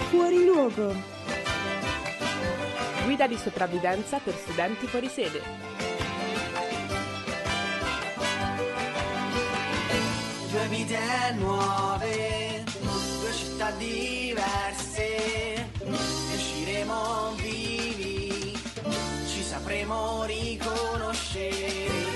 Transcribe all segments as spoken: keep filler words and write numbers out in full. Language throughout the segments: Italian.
Fuori luogo. Guida di sopravvivenza per studenti fuori sede. Due vite nuove, due città diverse, usciremo vivi, ci sapremo riconoscere.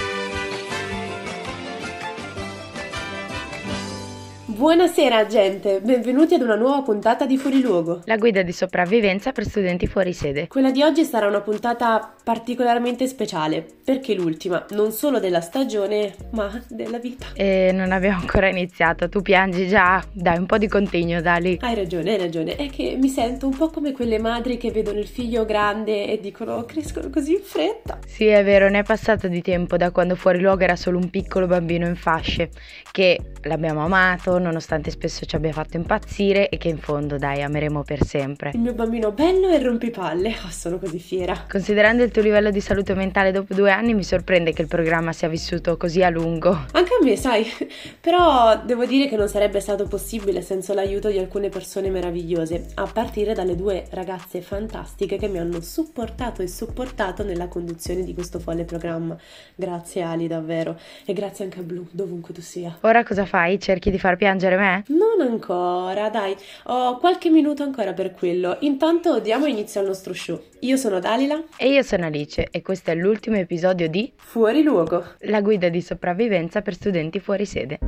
Buonasera gente, benvenuti ad una nuova puntata di Fuori Luogo. La guida di sopravvivenza per studenti fuori sede. Quella di oggi sarà una puntata particolarmente speciale, perché l'ultima, non solo della stagione, ma della vita. E non abbiamo ancora iniziato, tu piangi già? Dai, un po' di contegno, Dali. Hai ragione, hai ragione, è che mi sento un po' come quelle madri che vedono il figlio grande e dicono crescono così in fretta. Sì, è vero, ne è passato di tempo da quando Fuori Luogo era solo un piccolo bambino in fasce, che l'abbiamo amato, nonostante spesso ci abbia fatto impazzire e che in fondo, dai, ameremo per sempre. Il mio bambino bello e rompipalle, oh, sono così fiera. Considerando il tuo livello di salute mentale dopo due anni, mi sorprende che il programma sia vissuto così a lungo. Anche a me, sai, però devo dire che non sarebbe stato possibile senza l'aiuto di alcune persone meravigliose, a partire dalle due ragazze fantastiche che mi hanno supportato e supportato nella conduzione di questo folle programma. Grazie Ali, davvero, e grazie anche a Blu, dovunque tu sia. Ora cosa fai? Cerchi di far piangere me? Non ancora, dai, ho qualche minuto ancora per quello. Intanto diamo inizio al nostro show. Io sono Dalila. E io sono Alice e questo è l'ultimo episodio di Fuori Luogo, la guida di sopravvivenza per studenti fuori sede.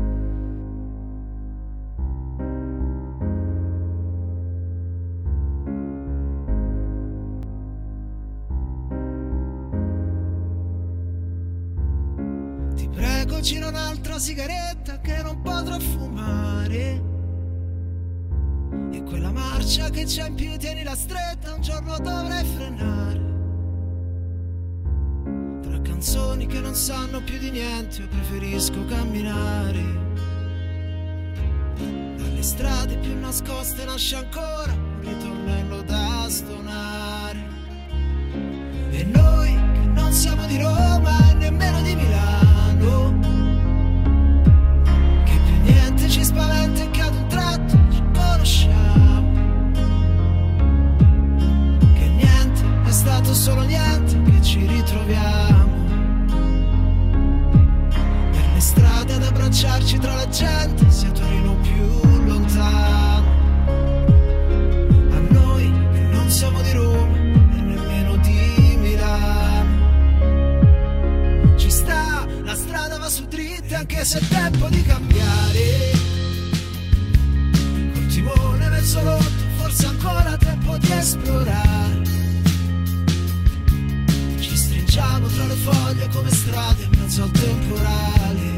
Ti prego, gira un'altra sigaretta che non potrò fumare. E quella marcia che c'è in più tienila stretta, un giorno dovrai frenare. Tra canzoni che non sanno più di niente, io preferisco camminare. Dalle strade più nascoste nasce ancora un ritornello da stonare. E noi che non siamo di Roma e nemmeno di Milano, che più niente ci spaventa e che ad un tratto ci conosciamo, che niente è stato solo niente, che ci ritroviamo per le strade ad abbracciarci tra la gente, sia Torino più lontano. A noi che non siamo di Roma e nemmeno di Milano, ci sta, la strada va su dritta anche se è tempo di cambiare. Col timone mezzo rotto, forse ancora tempo di esplorare. Ci stringiamo tra le foglie come strade in mezzo al temporale.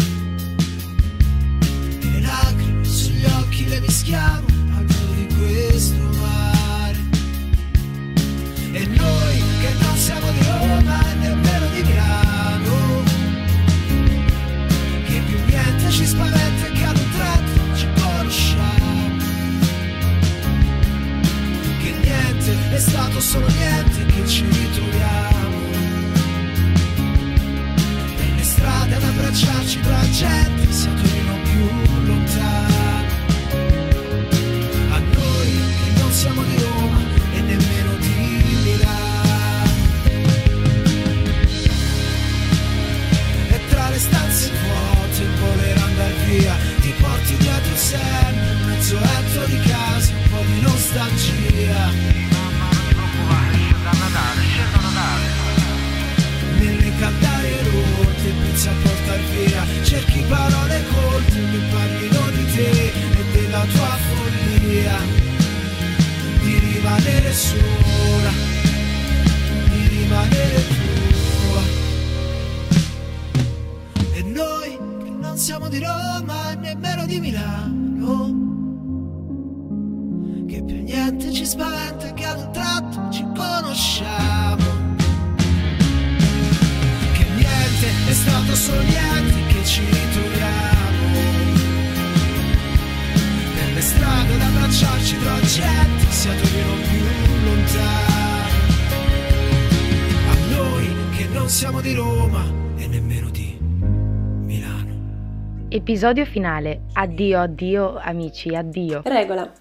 E le lacrime sugli occhi le mischiamo al velo di questo mare. E noi che non siamo di Roma e nemmeno di Milano, che più niente ci spaventa e che ad un tratto ci conosciamo, che niente è stato solo niente, che ci ritroviamo per le strade ad abbracciarci tra la gente, sia Torino più lontano. A noi che non siamo di Roma e nemmeno di Milano, e tra le stanze vuote il voler andar via ti porti dietro sempre un mezzo letto di casa, un po' di nostalgia. Mamma, non ti preoccupare, scendo a Natale, scendo a Natale. Nelle candarie rotte pensi a portar via, cerchi parole colte che parlino di te e della tua follia, di rimanere sola, di rimanere tua. E noi che non siamo di Roma e nemmeno di Milano, che più niente ci spaventa e che ad un tratto ci conosciamo, che niente è stato solo niente, che ci ritroviamo per le strade ad abbracciarci tra la gente, sia Torino più lontano. A noi che non siamo di Roma e nemmeno di Milano. Episodio finale. Addio, addio, amici, addio. Regola.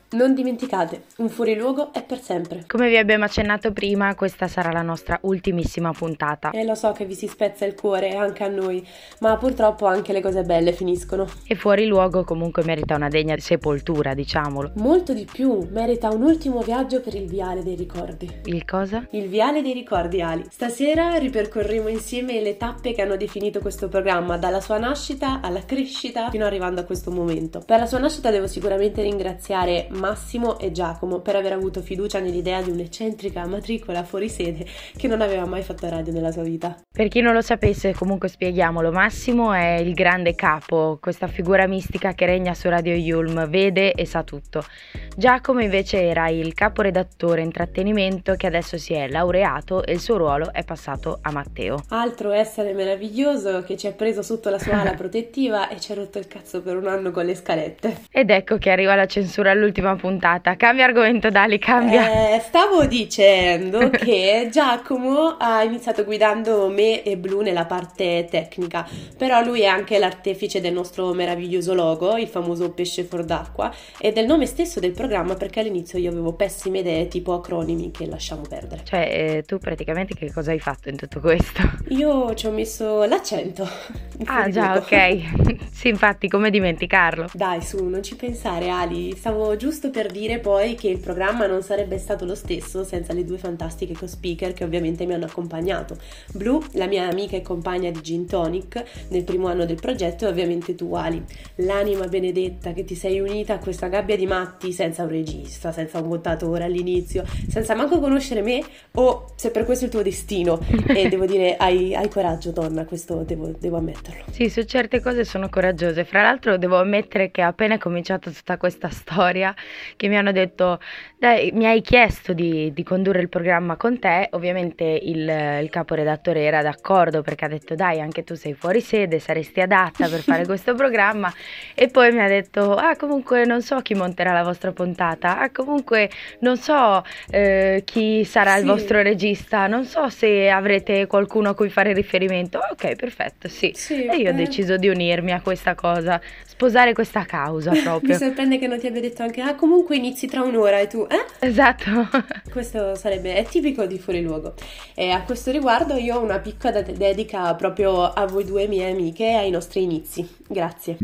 Non dimenticate, un fuoriluogo è per sempre. Come vi abbiamo accennato prima, questa sarà la nostra ultimissima puntata. E lo so che vi si spezza il cuore anche a noi, ma purtroppo anche le cose belle finiscono. E fuori luogo comunque merita una degna sepoltura, diciamolo. Molto di più, merita un ultimo viaggio per il viale dei ricordi. Il cosa? Il viale dei ricordi, Ali. Stasera ripercorreremo insieme le tappe che hanno definito questo programma, dalla sua nascita alla crescita fino arrivando a questo momento. Per la sua nascita devo sicuramente ringraziare Massimo e Giacomo per aver avuto fiducia nell'idea di un'eccentrica matricola fuori sede che non aveva mai fatto radio nella sua vita. Per chi non lo sapesse, comunque spieghiamolo, Massimo è il grande capo, questa figura mistica che regna su Radio Yulm, vede e sa tutto. Giacomo invece era il caporedattore intrattenimento che adesso si è laureato e il suo ruolo è passato a Matteo. Altro essere meraviglioso che ci ha preso sotto la sua ala protettiva e ci ha rotto il cazzo per un anno con le scalette. Ed ecco che arriva la censura all'ultima puntata. Cambia argomento, Dali, cambia. Eh, stavo dicendo che Giacomo ha iniziato guidando me e Blu nella parte tecnica, però lui è anche l'artefice del nostro meraviglioso logo, il famoso pesce fuor d'acqua, e del nome stesso del programma, perché all'inizio io avevo pessime idee tipo acronimi che lasciamo perdere. Cioè, eh, tu praticamente che cosa hai fatto in tutto questo? Io ci ho messo l'accento. Ah già, ok. Sì, infatti, come dimenticarlo? Dai, su, non ci pensare, Ali. Stavo giusto per dire poi che il programma non sarebbe stato lo stesso senza le due fantastiche co-speaker che ovviamente mi hanno accompagnato. Blu, la mia amica e compagna di Gin Tonic nel primo anno del progetto, e ovviamente tu, Ali, l'anima benedetta che ti sei unita a questa gabbia di matti senza un regista, senza un montatore all'inizio, senza manco conoscere me, o se per questo è il tuo destino. E devo dire, hai, hai coraggio, donna, questo devo, devo ammetterlo. Sì, su certe cose sono coraggiose. Fra l'altro devo ammettere che appena è cominciata tutta questa storia, che mi hanno detto, dai, mi hai chiesto di, di condurre il programma con te, ovviamente il, il caporedattore era d'accordo perché ha detto, dai, anche tu sei fuori sede, saresti adatta per fare questo programma, e poi mi ha detto, ah, comunque non so chi monterà la vostra puntata, ah, comunque non so eh, chi sarà sì. il vostro regista, non so se avrete qualcuno a cui fare riferimento. Ok, perfetto, sì, sì e io eh. ho deciso di unirmi a questa cosa, sposare questa causa proprio. Mi sorprende che non ti abbia detto anche, ah, comunque inizi tra un'ora e tu, eh? Esatto. Questo sarebbe, è tipico di fuori luogo. E a questo riguardo io ho una piccola dedica proprio a voi due mie amiche e ai nostri inizi. Grazie.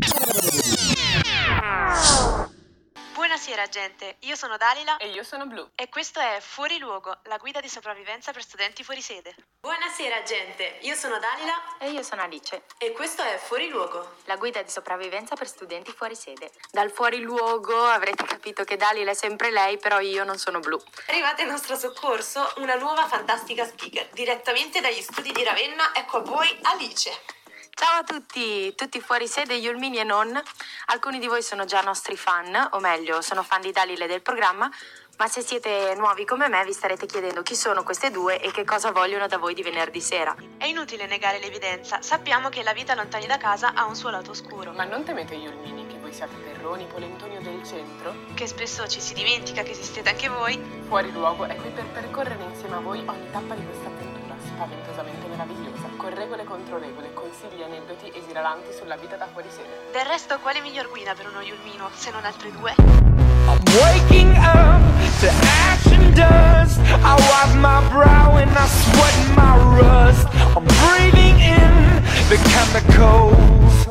Buonasera gente, io sono Dalila e io sono Blu e questo è Fuori Luogo, la guida di sopravvivenza per studenti fuori sede. Buonasera gente, io sono Dalila e io sono Alice e questo è Fuori Luogo, la guida di sopravvivenza per studenti fuori sede. Dal fuori luogo avrete capito che Dalila è sempre lei, però io non sono Blu. Arrivate in nostro soccorso una nuova fantastica speaker, direttamente dagli studi di Ravenna, ecco a voi Alice. Ciao a tutti, tutti fuori sede, Yulmini e non. Alcuni di voi sono già nostri fan, o meglio, sono fan di Dalila e del programma, ma se siete nuovi come me vi starete chiedendo chi sono queste due e che cosa vogliono da voi di venerdì sera. È inutile negare l'evidenza, sappiamo che la vita lontani da casa ha un suo lato oscuro. Ma non temete, Yulmini, che voi siate terroni, polentoni o del centro? Che spesso ci si dimentica che esistete anche voi? Fuori Luogo è qui per percorrere insieme a voi ogni tappa di questa avventura spaventosamente meravigliosa, con regole e controregole, consigli, aneddoti esilaranti sulla vita da fuori sede. Del resto, quale miglior guida per uno Yulmino, se non altre due? I'm waking up to action dust. I wipe my brow and I sweat my rust. I'm breathing in the chemicals.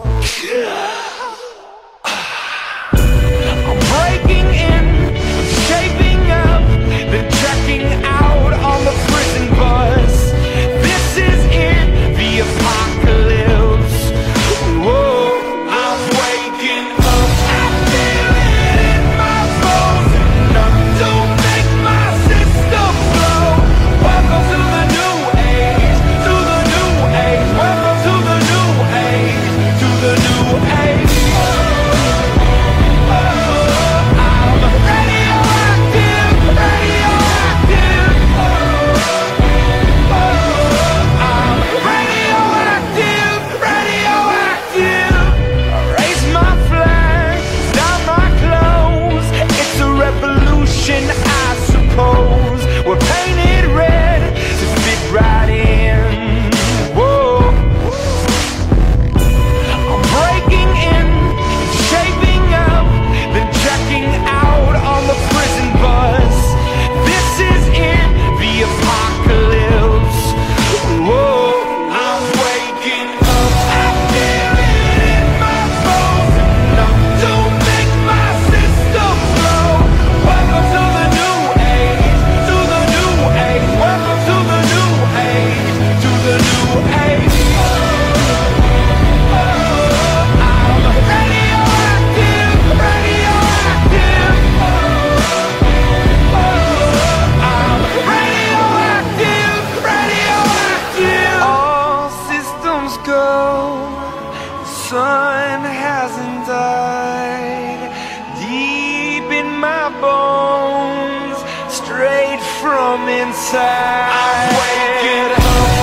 I'm breaking in, shaping up, then checking out on the prison bus. This is it, the apocalypse. Whoa, I'm waking up. I feel it in my bones. None don't make my system blow. Welcome to the new age, to the new sun hasn't died. Deep in my bones, straight from inside. I'm waking up.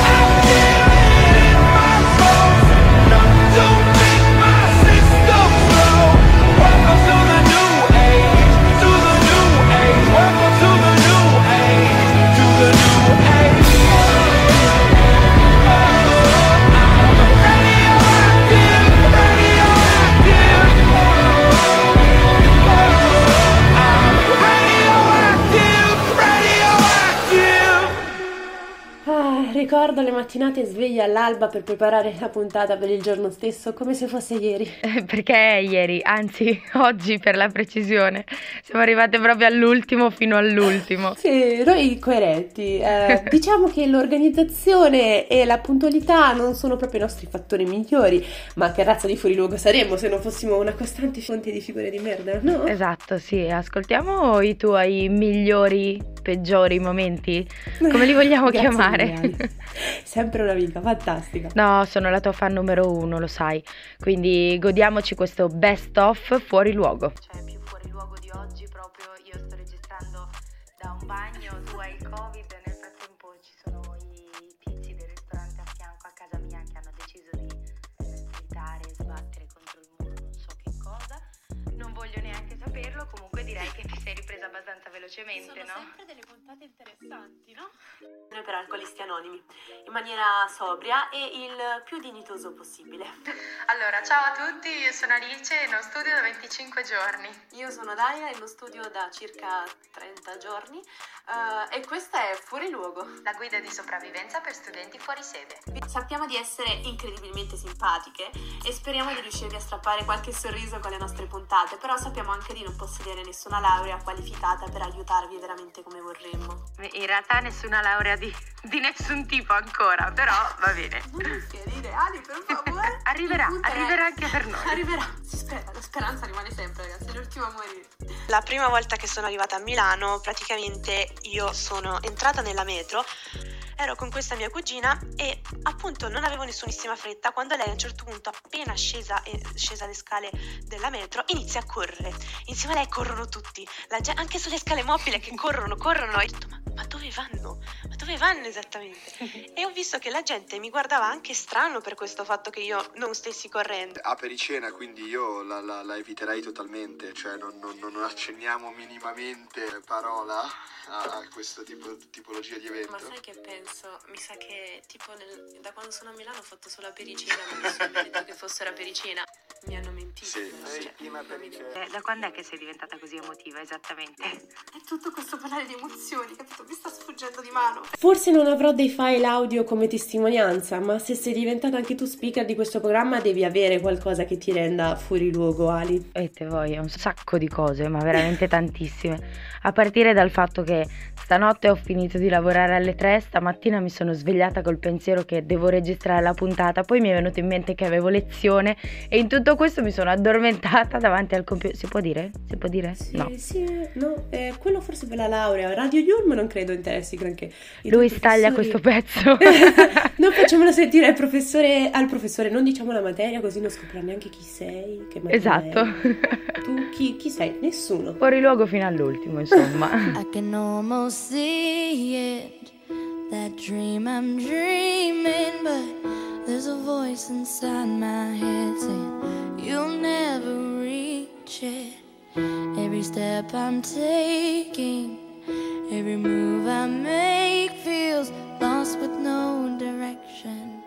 Ricordo le mattinate sveglie all'alba per preparare la puntata per il giorno stesso, come se fosse ieri. Eh, perché è ieri, anzi oggi per la precisione. Siamo arrivate proprio all'ultimo fino all'ultimo. Sì, noi coerenti. Eh, diciamo che l'organizzazione e la puntualità non sono proprio i nostri fattori migliori, ma che razza di fuoriluogo saremmo se non fossimo una costante fonte di figure di merda, no? Esatto, sì. Ascoltiamo i tuoi migliori, peggiori momenti? Come li vogliamo chiamare? Sempre un'amica, fantastica. No, sono la tua fan numero uno, lo sai. Quindi godiamoci questo best of fuori luogo. Cioè, più fuori luogo di oggi proprio, io sto registrando da un bagno, tu hai il Covid, nel frattempo ci sono i tizi del ristorante a fianco a casa mia che hanno deciso di eh, gridare e sbattere contro il muro, non so che cosa. Non voglio neanche saperlo, comunque direi che ti sei ripresa abbastanza velocemente, sono no? Sono sempre delle puntate interessanti, no? Per Alcolisti Anonimi, in maniera sobria e il più dignitoso possibile. Allora, ciao a tutti, io sono Alice e non studio da venticinque giorni. Io sono Dalia e non studio da circa trenta giorni uh, e questa è Fuori Luogo, La guida di sopravvivenza per studenti fuori sede. Sappiamo di essere incredibilmente simpatiche e speriamo di riuscirvi a strappare qualche sorriso con le nostre puntate, però sappiamo anche di non possedere nessuna laurea qualificata per aiutarvi veramente come vorremmo. In realtà nessuna laurea di, di nessun tipo ancora, però va bene. Non mi fierire, Ali, per favore. Arriverà, arriverà anche per noi. Arriverà, si spera, la speranza rimane sempre, ragazzi, è l'ultimo a morire. La prima volta che sono arrivata a Milano, praticamente io sono entrata nella metro, ero con questa mia cugina e appunto non avevo nessunissima fretta quando lei a un certo punto, appena scesa, eh, scesa le scale della metro, inizia a correre. Insieme a lei corrono tutti, la gente, anche sulle scale mobili che corrono, corrono. E ho detto, ma, ma dove vanno? Ma dove vanno esattamente? E ho visto che la gente mi guardava anche strano per questo fatto che io non stessi correndo. Apericena, quindi io la, la, la eviterei totalmente, cioè non, non, non accenniamo minimamente parola a, a questo tipo tipologia di evento. Ma sai che penso? Mi sa che tipo nel, da quando sono a Milano ho fatto solo apericena, ma nessuno mi ha detto che fossero apericena. Mi hanno mentito. Sì, sì. Cioè, Eh, da quando è che sei diventata così emotiva esattamente? è tutto questo parlare di emozioni, capito? Mi sta sfuggendo di mano. Forse non avrò dei file audio come testimonianza, ma se sei diventata anche tu speaker di questo programma devi avere qualcosa che ti renda fuori luogo, Ali. E te voglio un sacco di cose, ma veramente tantissime. A partire dal fatto che stanotte ho finito di lavorare alle tre, stamattina mi sono svegliata col pensiero che devo registrare la puntata, poi mi è venuto in mente che avevo lezione e in tutto questo mi sono addormentata davanti al computer. Si può dire? Si può dire? Sì, No. sì, no, eh, quello forse per la laurea. Radio Yulm non credo interessi granché. I Lui tuoi staglia professori- questo pezzo. Non facciamolo sentire al professore, al professore, non diciamo la materia così non scoprirà neanche chi sei, che materia Esatto. è. Tu chi, chi sei? Nessuno. Fuori luogo fino all'ultimo, insomma. I can almost see it, that dream I'm dreaming, but there's a voice inside my head saying you'll never reach it. Every step I'm taking, every move I make feels lost with no direction.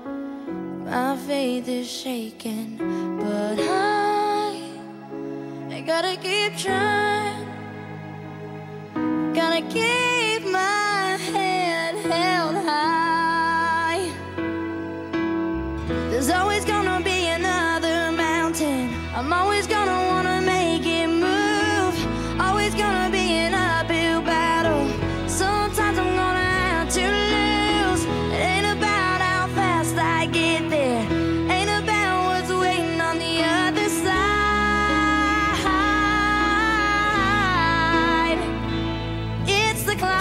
My faith is shaking, but I, I gotta keep trying. Gotta keep my head held high. There's always gonna be another mountain. I'm always gonna wanna make it move. Always gonna be an uphill battle. Sometimes I'm gonna have to lose. It ain't about how fast I get there. Ain't about what's waiting on the other side. It's the climb.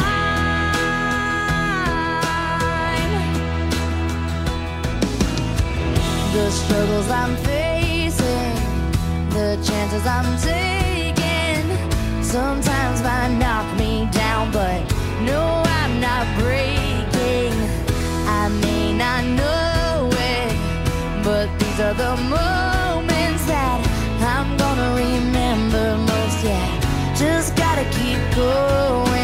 the struggles I'm facing, the chances I'm taking, sometimes might knock me down, but no, I'm not breaking. I may not know it, but these are the moments that I'm gonna remember most. Yeah, just gotta keep going.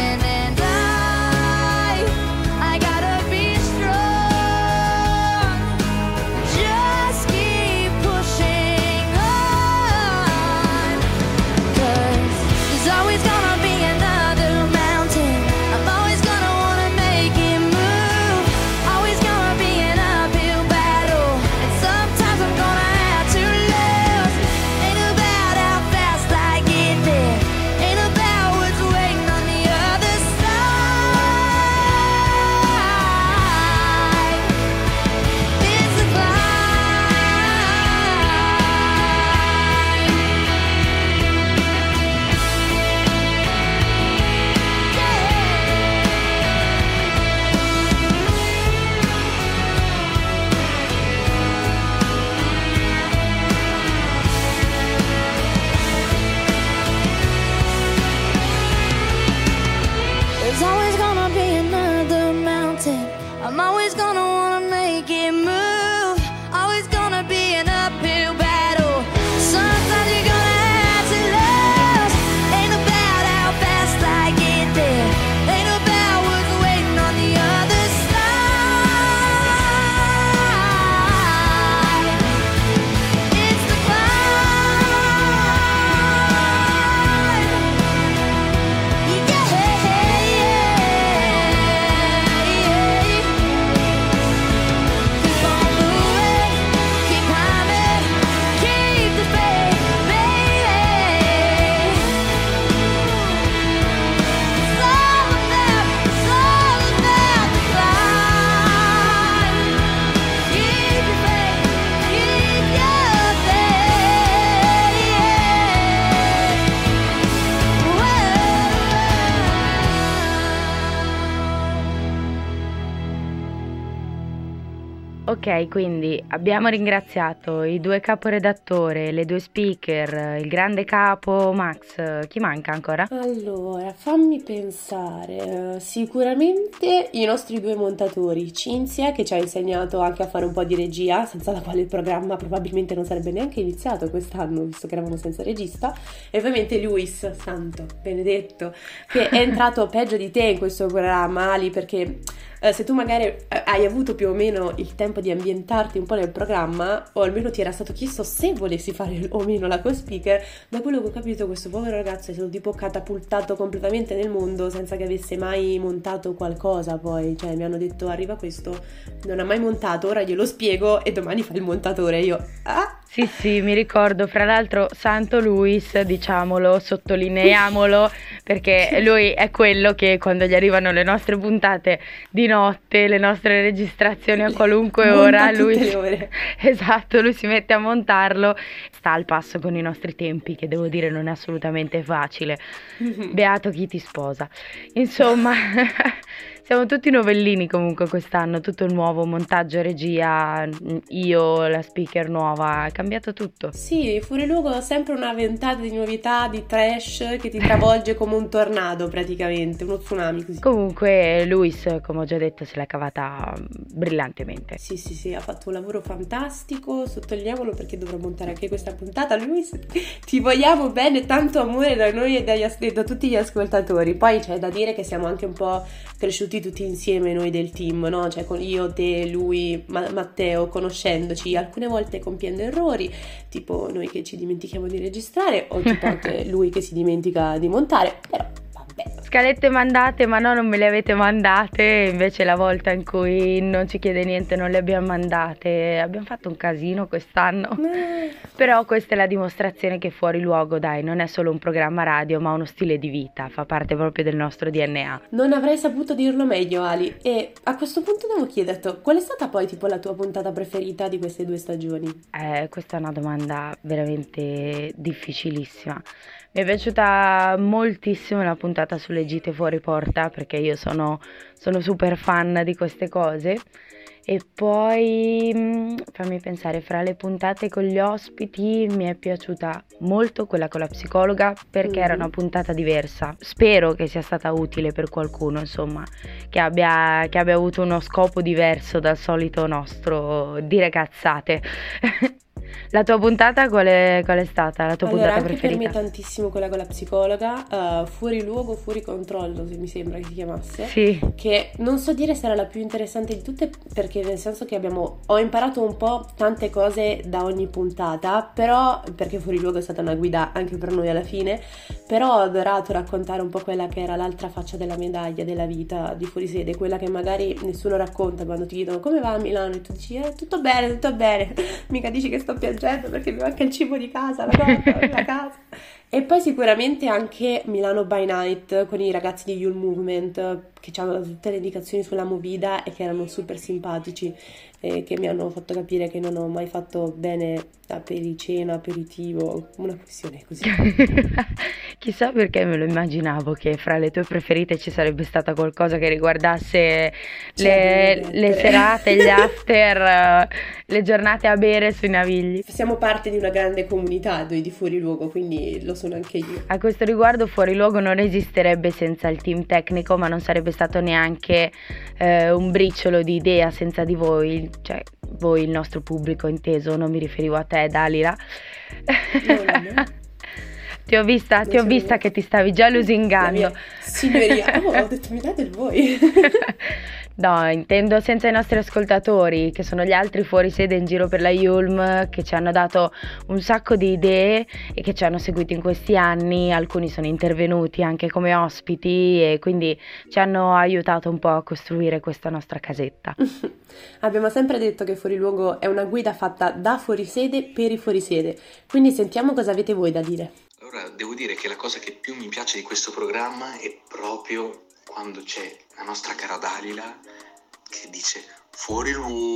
Ok, quindi abbiamo ringraziato i due caporedattore, le due speaker, il grande capo Max. Chi manca ancora? Allora, fammi pensare. Sicuramente i nostri due montatori, Cinzia, che ci ha insegnato anche a fare un po' di regia, senza la quale il programma probabilmente non sarebbe neanche iniziato quest'anno, visto che eravamo senza regista, e ovviamente Luis, santo benedetto, che è entrato peggio di te in questo programma, Ali, perché eh, se tu magari eh, hai avuto più o meno il tempo di ambientarti un po' nel programma, o almeno ti era stato chiesto se volessi fare o meno la co-speaker, da quello che ho capito questo povero ragazzo è stato tipo catapultato completamente nel mondo senza che avesse mai montato qualcosa. Poi, cioè, mi hanno detto arriva questo, non ha mai montato, ora glielo spiego e domani fa il montatore. Io, ah! Sì, sì, mi ricordo, fra l'altro Santo Luis, diciamolo, sottolineiamolo, perché lui è quello che quando gli arrivano le nostre puntate di notte, le nostre registrazioni a qualunque Monta ora, tutte lui le ore. esatto, lui si mette a montarlo, sta al passo con i nostri tempi, che devo dire non è assolutamente facile. Beato chi ti sposa. Insomma, siamo tutti novellini comunque quest'anno, tutto nuovo, montaggio, regia, io, la speaker nuova, è cambiato tutto. Sì, fuori luogo sempre una ventata di novità, di trash che ti travolge come un tornado praticamente, uno tsunami così. Comunque Luis, come ho già detto, se l'è cavata brillantemente. Sì, sì, sì, ha fatto un lavoro fantastico, sottolineiamolo perché dovrò montare anche questa puntata. Luis, ti vogliamo bene, tanto amore da noi e dagli as- e da tutti gli ascoltatori. Poi c'è da dire che siamo anche un po' cresciuti tutti insieme noi del team, no? Cioè con io, te, lui, Ma- Matteo, conoscendoci, alcune volte compiendo errori, tipo noi che ci dimentichiamo di registrare o tipo anche lui che si dimentica di montare, però vabbè. Scalette mandate, ma no, non me le avete mandate, invece la volta in cui non ci chiede niente non le abbiamo mandate, abbiamo fatto un casino quest'anno. Eh. Però questa è la dimostrazione che Fuori Luogo, dai, non è solo un programma radio, ma uno stile di vita, fa parte proprio del nostro D N A. Non avrei saputo dirlo meglio, Ali. E a questo punto devo chiederti, qual è stata poi tipo la tua puntata preferita di queste due stagioni? Eh, questa è una domanda veramente difficilissima. Mi è piaciuta moltissimo la puntata sulle gite fuori porta, perché io sono, sono super fan di queste cose, E poi mm, fammi pensare, fra le puntate con gli ospiti mi è piaciuta molto quella con la psicologa, perché Mhm. era una puntata diversa. Spero che sia stata utile per qualcuno, insomma, che abbia, che abbia avuto uno scopo diverso dal solito nostro dire cazzate. La tua puntata qual è, qual è stata? La tua Allora, puntata anche per me preferita? tantissimo quella con la psicologa, eh, Fuori luogo, fuori controllo, se mi sembra che si chiamasse. Sì, Che non so dire se era la più interessante di tutte, perché nel senso che abbiamo ho imparato un po' tante cose da ogni puntata, però perché Fuori luogo è stata una guida anche per noi alla fine, però ho adorato raccontare un po' quella che era l'altra faccia della medaglia della vita di fuori sede, quella che magari nessuno racconta quando ti chiedono come va a Milano e tu dici eh, tutto bene, tutto bene, mica dici che sto piangendo perché mi manca il cibo di casa, la cosa, la casa. E poi sicuramente anche Milano by Night con i ragazzi di Youth Movement che ci hanno dato tutte le indicazioni sulla movida e che erano super simpatici e che mi hanno fatto capire che non ho mai fatto bene apericena, aperitivo, una questione così. chissà perché me lo immaginavo che fra le tue preferite ci sarebbe stata qualcosa che riguardasse Ce le, la devo le mettere. serate, gli after, eh, le giornate a bere sui Navigli. Siamo parte di una grande comunità noi di Fuori Luogo, quindi lo sono anche io. A questo riguardo Fuori Luogo non esisterebbe senza il team tecnico, ma non sarebbe stato neanche eh, un briciolo di idea senza di voi, cioè voi, il nostro pubblico inteso, non mi riferivo a te, Dalila. No, no, no. Ti ho vista, Non ti ho sono vista io. che ti stavi già La lusingando. mia signoria. Oh, ho detto mi date il voi. No, intendo senza i nostri ascoltatori, che sono gli altri fuori sede in giro per la Yulm, che ci hanno dato un sacco di idee e che ci hanno seguito in questi anni. Alcuni sono intervenuti anche come ospiti e quindi ci hanno aiutato un po' a costruire questa nostra casetta. Abbiamo sempre detto che Fuori Luogo è una guida fatta da fuorisede per i fuorisede, quindi sentiamo cosa avete voi da dire. Allora, devo dire che la cosa che più mi piace di questo programma è proprio quando c'è la nostra cara Dalila che dice fuori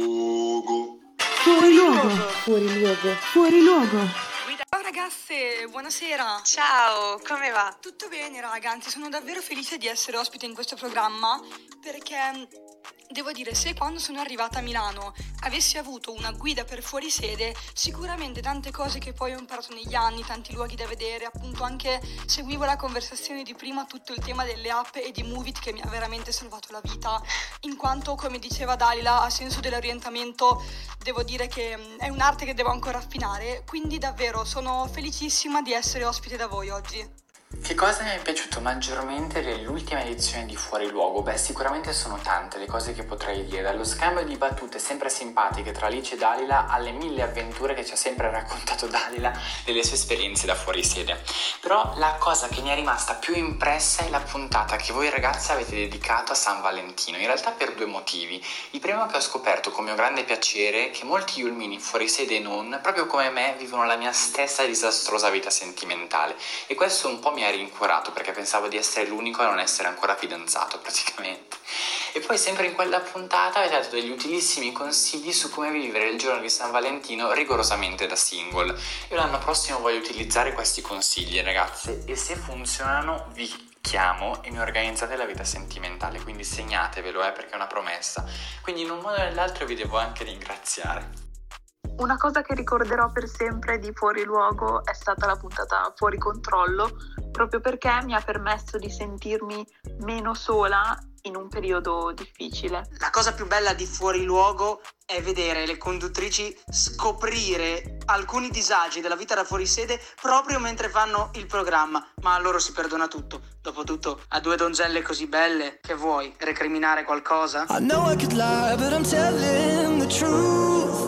luogo. Fuori luogo, Fuori Luogo. fuori luogo. Ciao ragazze, buonasera. Ciao, come va? Tutto bene raga, anzi sono davvero felice di essere ospite in questo programma perché devo dire, se quando sono arrivata a Milano avessi avuto una guida per fuori sede, sicuramente tante cose che poi ho imparato negli anni, tanti luoghi da vedere, appunto anche seguivo la conversazione di prima, tutto il tema delle app e di Movit che mi ha veramente salvato la vita, in quanto, come diceva Dalila, a senso dell'orientamento devo dire che mm, è un'arte che devo ancora affinare, quindi davvero sono felicissima di essere ospite da voi oggi. Che cosa mi è piaciuto maggiormente dell'ultima edizione di Fuori Luogo? Beh, sicuramente sono tante le cose che potrei dire, dallo scambio di battute sempre simpatiche tra Alice e Dalila alle mille avventure che ci ha sempre raccontato Dalila delle sue esperienze da fuorisede. Però la cosa che mi è rimasta più impressa è la puntata che voi ragazze avete dedicato a San Valentino, in realtà per due motivi. Il primo è che ho scoperto con mio grande piacere che molti yulmini fuorisede e non, proprio come me, vivono la mia stessa disastrosa vita sentimentale e questo un po' mi ha rincuorato perché pensavo di essere l'unico a non essere ancora fidanzato praticamente. E poi sempre in quella puntata avete dato degli utilissimi consigli su come vivere il giorno di San Valentino rigorosamente da single. Io l'anno prossimo voglio utilizzare questi consigli ragazze e se funzionano vi chiamo e mi organizzate la vita sentimentale, quindi segnatevelo eh, perché è una promessa. Quindi in un modo o nell'altro vi devo anche ringraziare. Una cosa che ricorderò per sempre di Fuori Luogo è stata la puntata Fuori Controllo, proprio perché mi ha permesso di sentirmi meno sola in un periodo difficile. La cosa più bella di Fuori Luogo è vedere le conduttrici scoprire alcuni disagi della vita da fuorisede proprio mentre fanno il programma, ma a loro si perdona tutto. Dopotutto, a due donzelle così belle, che vuoi, recriminare qualcosa? I know I could lie, but I'm telling the truth.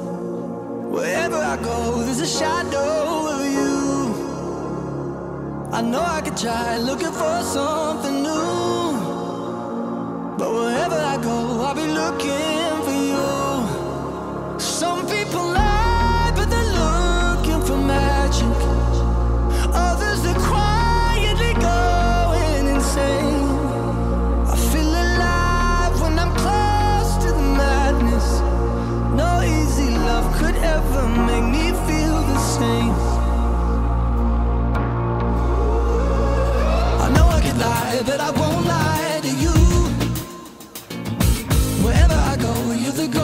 Wherever I go, there's a shadow of you. I know I could try looking for something new, but wherever I go, I'll be looking for you. Some people lie, but they're looking for magic. Others, they're quietly going insane. I feel alive when I'm close to the madness. No easy love could ever make me feel the same. I know I could lie, but I won't lie to you. Wherever I go, you're the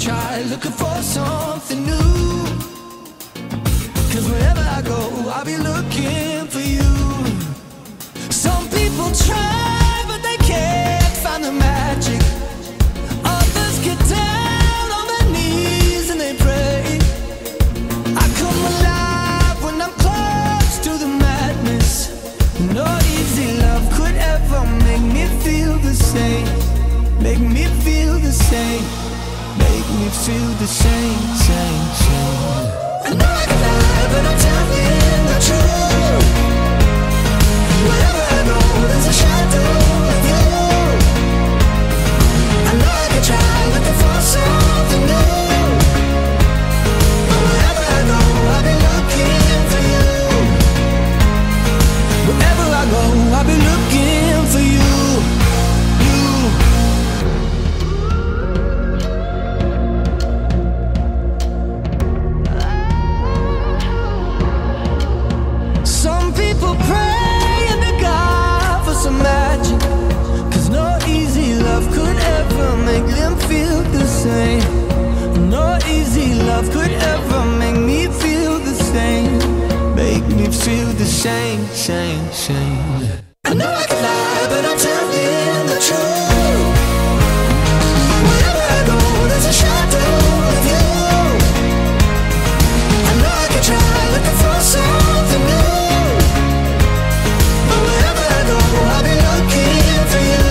try looking for something new. Cause wherever I go, I'll be looking for you. Some people try, but they can't find the magic. Others get down on their knees and they pray. I come alive when I'm close to the madness. No easy love could ever make me feel the same. Make me feel the same. Make me feel the same, same, same. I know I can lie, but I'm telling the truth. Wherever I go, there's a shadow of you. I know I can try looking for something new. But wherever I go, I'll be looking for you. Wherever I go, I'll be looking for you. Pray and beg God for some magic. Cause no easy love could ever make them feel the same. No easy love could ever make me feel the same. Make me feel the same, same, same. I know I can lie, but I'm telling the truth. Wherever I go, there's a shadow of you. I know I can try looking for something new. I'll be looking for you.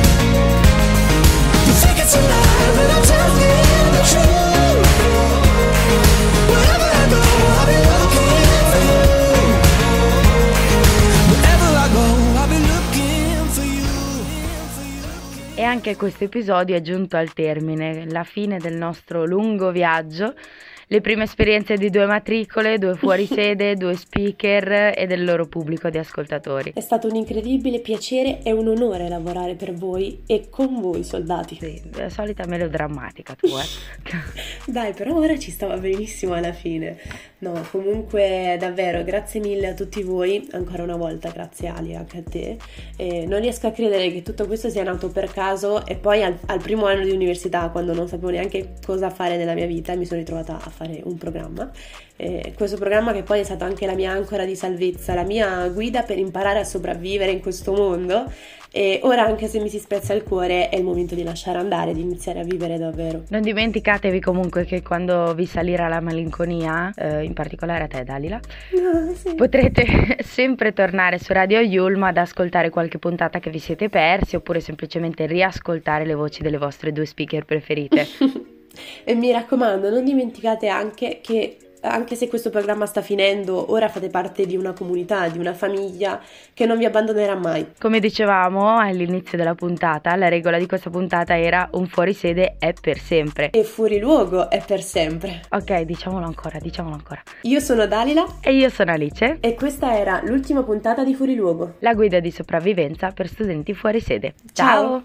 You think it's a lie, but I'm telling the truth. Wherever I go, I'll be looking for you. Wherever I go, I'll be looking for you. E anche questo episodio è giunto al termine, la fine del nostro lungo viaggio. Le prime esperienze di due matricole, due fuorisede, due speaker e del loro pubblico di ascoltatori. È stato un incredibile piacere e un onore lavorare per voi e con voi, soldati. Sì, la solita melodrammatica tu, eh. Dai, però ora ci stava benissimo alla fine. No, comunque davvero grazie mille a tutti voi, ancora una volta grazie Ali, anche a te. E non riesco a credere che tutto questo sia nato per caso e poi al, al primo anno di università, quando non sapevo neanche cosa fare nella mia vita, mi sono ritrovata a fare un programma. Eh, questo programma che poi è stato anche la mia ancora di salvezza, la mia guida per imparare a sopravvivere in questo mondo. E ora, anche se mi si spezza il cuore, è il momento di lasciare andare, di iniziare a vivere davvero. Non dimenticatevi comunque che quando vi salirà la malinconia, eh, in particolare a te Dalila, no, sì. potrete sempre tornare su Radio Yulma ad ascoltare qualche puntata che vi siete persi, oppure semplicemente riascoltare le voci delle vostre due speaker preferite. E mi raccomando, non dimenticate anche che anche se questo programma sta finendo, ora fate parte di una comunità, di una famiglia che non vi abbandonerà mai. Come dicevamo all'inizio della puntata, la regola di questa puntata era un fuorisede è per sempre. E fuori luogo è per sempre. Ok, diciamolo ancora, diciamolo ancora. Io sono Dalila. E io sono Alice. E questa era l'ultima puntata di Fuori Luogo, la guida di sopravvivenza per studenti fuorisede. Ciao! Ciao.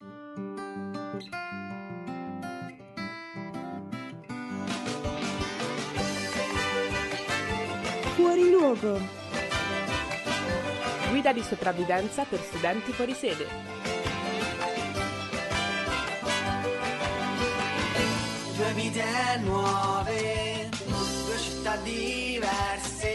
Fuori luogo. Guida di sopravvivenza per studenti fuori sede. Due vite nuove, due città diverse.